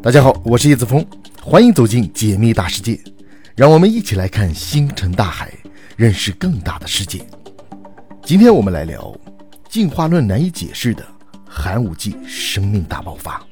大家好，我是叶子峰，欢迎走进解密大世界，让我们一起来看星辰大海，认识更大的世界。今天我们来聊进化论难以解释的寒武纪生命大爆发。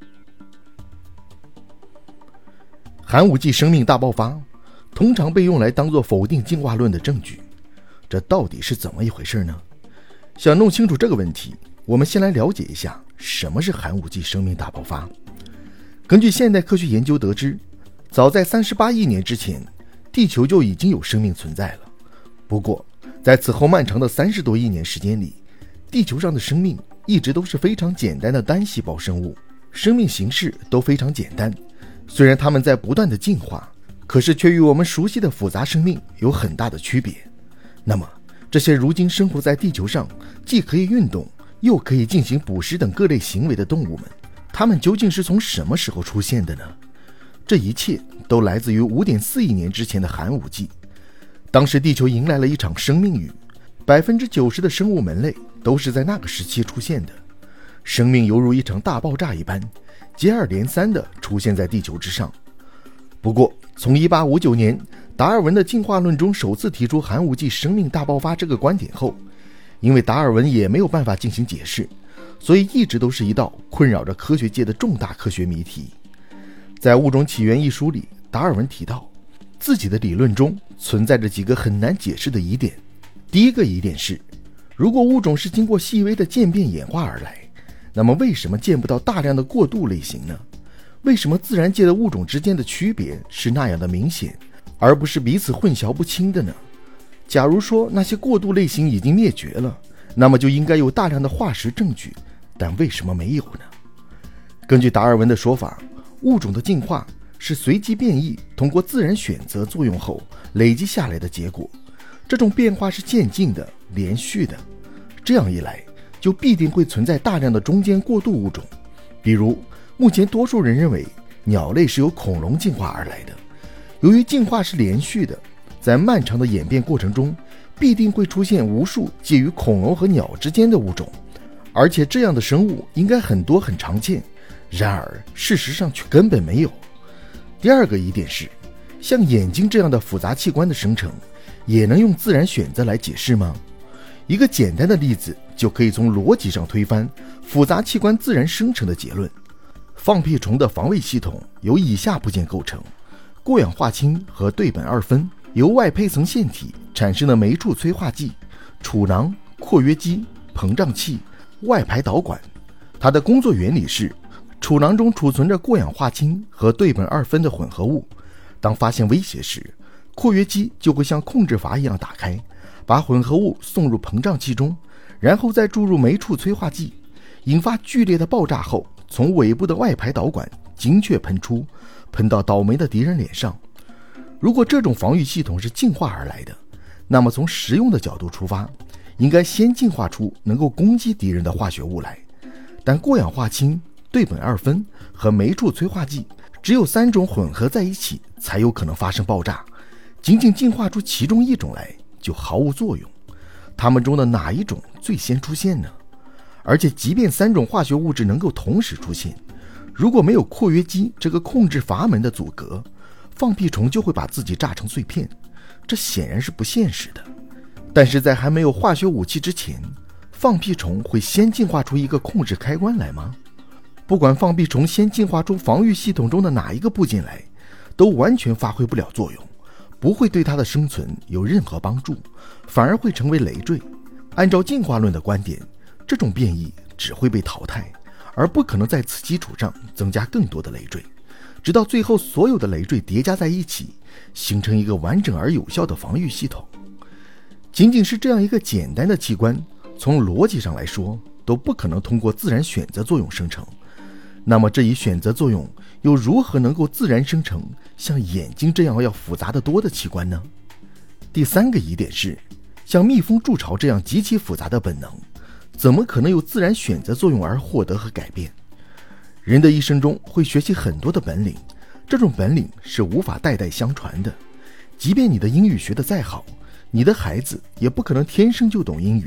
寒武纪生命大爆发通常被用来当作否定进化论的证据，这到底是怎么一回事呢？想弄清楚这个问题，我们先来了解一下什么是寒武纪生命大爆发。根据现代科学研究得知，早在38亿年之前，地球就已经有生命存在了。不过在此后漫长的30多亿年时间里，地球上的生命一直都是非常简单的单细胞生物，生命形式都非常简单。虽然它们在不断的进化，可是却与我们熟悉的复杂生命有很大的区别。那么这些如今生活在地球上，既可以运动又可以进行捕食等各类行为的动物们，它们究竟是从什么时候出现的呢？这一切都来自于 5.4 亿年之前的寒武纪。当时地球迎来了一场生命雨， 90% 的生物门类都是在那个时期出现的。生命犹如一场大爆炸一般，接二连三地出现在地球之上。不过从1859年达尔文的进化论中首次提出寒武纪生命大爆发这个观点后，因为达尔文也没有办法进行解释，所以一直都是一道困扰着科学界的重大科学谜题。在《物种起源》一书里，达尔文提到自己的理论中存在着几个很难解释的疑点。第一个疑点是，如果物种是经过细微的渐变演化而来，那么为什么见不到大量的过渡类型呢？为什么自然界的物种之间的区别是那样的明显，而不是彼此混淆不清的呢？假如说那些过渡类型已经灭绝了，那么就应该有大量的化石证据，但为什么没有呢？根据达尔文的说法，物种的进化是随机变异通过自然选择作用后累积下来的结果，这种变化是渐进的、连续的。这样一来，就必定会存在大量的中间过渡物种。比如目前多数人认为鸟类是由恐龙进化而来的，由于进化是连续的，在漫长的演变过程中必定会出现无数介于恐龙和鸟之间的物种，而且这样的生物应该很多很常见，然而事实上却根本没有。第二个疑点是，像眼睛这样的复杂器官的生成也能用自然选择来解释吗？一个简单的例子就可以从逻辑上推翻复杂器官自然生成的结论。放屁虫的防卫系统由以下部件构成：过氧化氢和对苯二酚，由外胚层腺体产生的酶处催化剂、储囊、括约肌、膨胀器、外排导管。它的工作原理是，储囊中储存着过氧化氢和对苯二酚的混合物，当发现威胁时，括约肌就会像控制阀一样打开，把混合物送入膨胀器中，然后再注入酶处催化剂，引发剧烈的爆炸后，从尾部的外排导管精确喷出，喷到倒霉的敌人脸上。如果这种防御系统是进化而来的，那么从实用的角度出发，应该先进化出能够攻击敌人的化学物来。但过氧化氢、对苯二酚和酶处催化剂只有3种混合在一起才有可能发生爆炸，仅仅进化出其中一种来就毫无作用。它们中的哪一种最先出现呢？而且即便3种化学物质能够同时出现，如果没有括约肌这个控制阀门的阻隔，放屁虫就会把自己炸成碎片，这显然是不现实的。但是在还没有化学武器之前，放屁虫会先进化出一个控制开关来吗？不管放屁虫先进化出防御系统中的哪一个部件来，都完全发挥不了作用，不会对它的生存有任何帮助，反而会成为累赘。按照进化论的观点，这种变异只会被淘汰，而不可能在此基础上增加更多的累赘，直到最后所有的累赘叠加在一起，形成一个完整而有效的防御系统。仅仅是这样一个简单的器官，从逻辑上来说都不可能通过自然选择作用生成，那么这一选择作用又如何能够自然生成像眼睛这样要复杂得多的器官呢？第三个疑点是，像蜜蜂筑巢这样极其复杂的本能，怎么可能由自然选择作用而获得和改变？人的一生中会学习很多的本领，这种本领是无法代代相传的。即便你的英语学得再好，你的孩子也不可能天生就懂英语。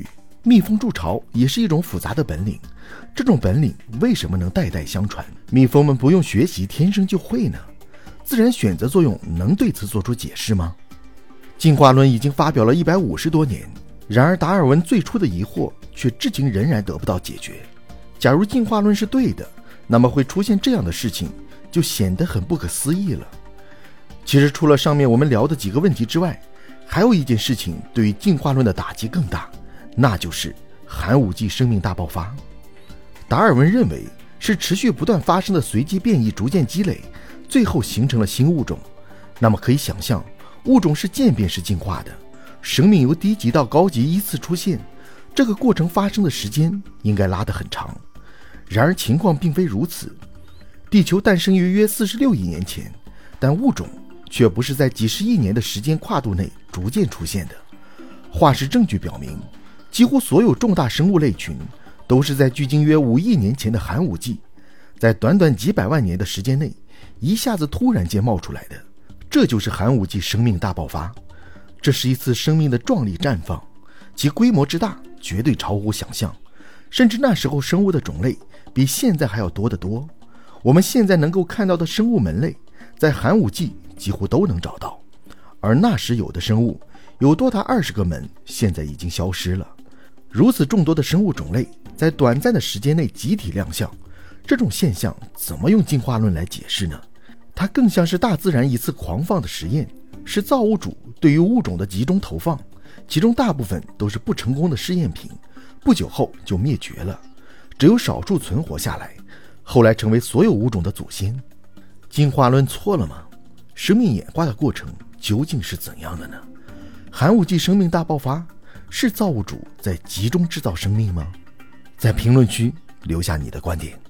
蜜蜂筑巢也是一种复杂的本领，这种本领为什么能代代相传？蜜蜂们不用学习天生就会呢？自然选择作用能对此做出解释吗？进化论已经发表了150多年，然而达尔文最初的疑惑却至今仍然得不到解决。假如进化论是对的，那么会出现这样的事情就显得很不可思议了。其实除了上面我们聊的几个问题之外，还有一件事情对于进化论的打击更大，那就是寒武纪生命大爆发。达尔文认为是持续不断发生的随机变异逐渐积累，最后形成了新物种。那么可以想象，物种是渐变式进化的，生命由低级到高级依次出现，这个过程发生的时间应该拉得很长。然而情况并非如此，地球诞生于约46亿年前，但物种却不是在几十亿年的时间跨度内逐渐出现的。化石证据表明，几乎所有重大生物类群都是在距今约5亿年前的寒武纪，在短短几百万年的时间内一下子突然间冒出来的。这就是寒武纪生命大爆发，这是一次生命的壮丽绽放，其规模之大绝对超乎想象，甚至那时候生物的种类比现在还要多得多。我们现在能够看到的生物门类，在寒武纪几乎都能找到，而那时有的生物有多达20个门，现在已经消失了。如此众多的生物种类在短暂的时间内集体亮相，这种现象怎么用进化论来解释呢？它更像是大自然一次狂放的实验，是造物主对于物种的集中投放，其中大部分都是不成功的试验品，不久后就灭绝了，只有少数存活下来，后来成为所有物种的祖先。进化论错了吗？生命演化的过程究竟是怎样的呢？寒武纪生命大爆发是造物主在集中制造生命吗？在评论区留下你的观点。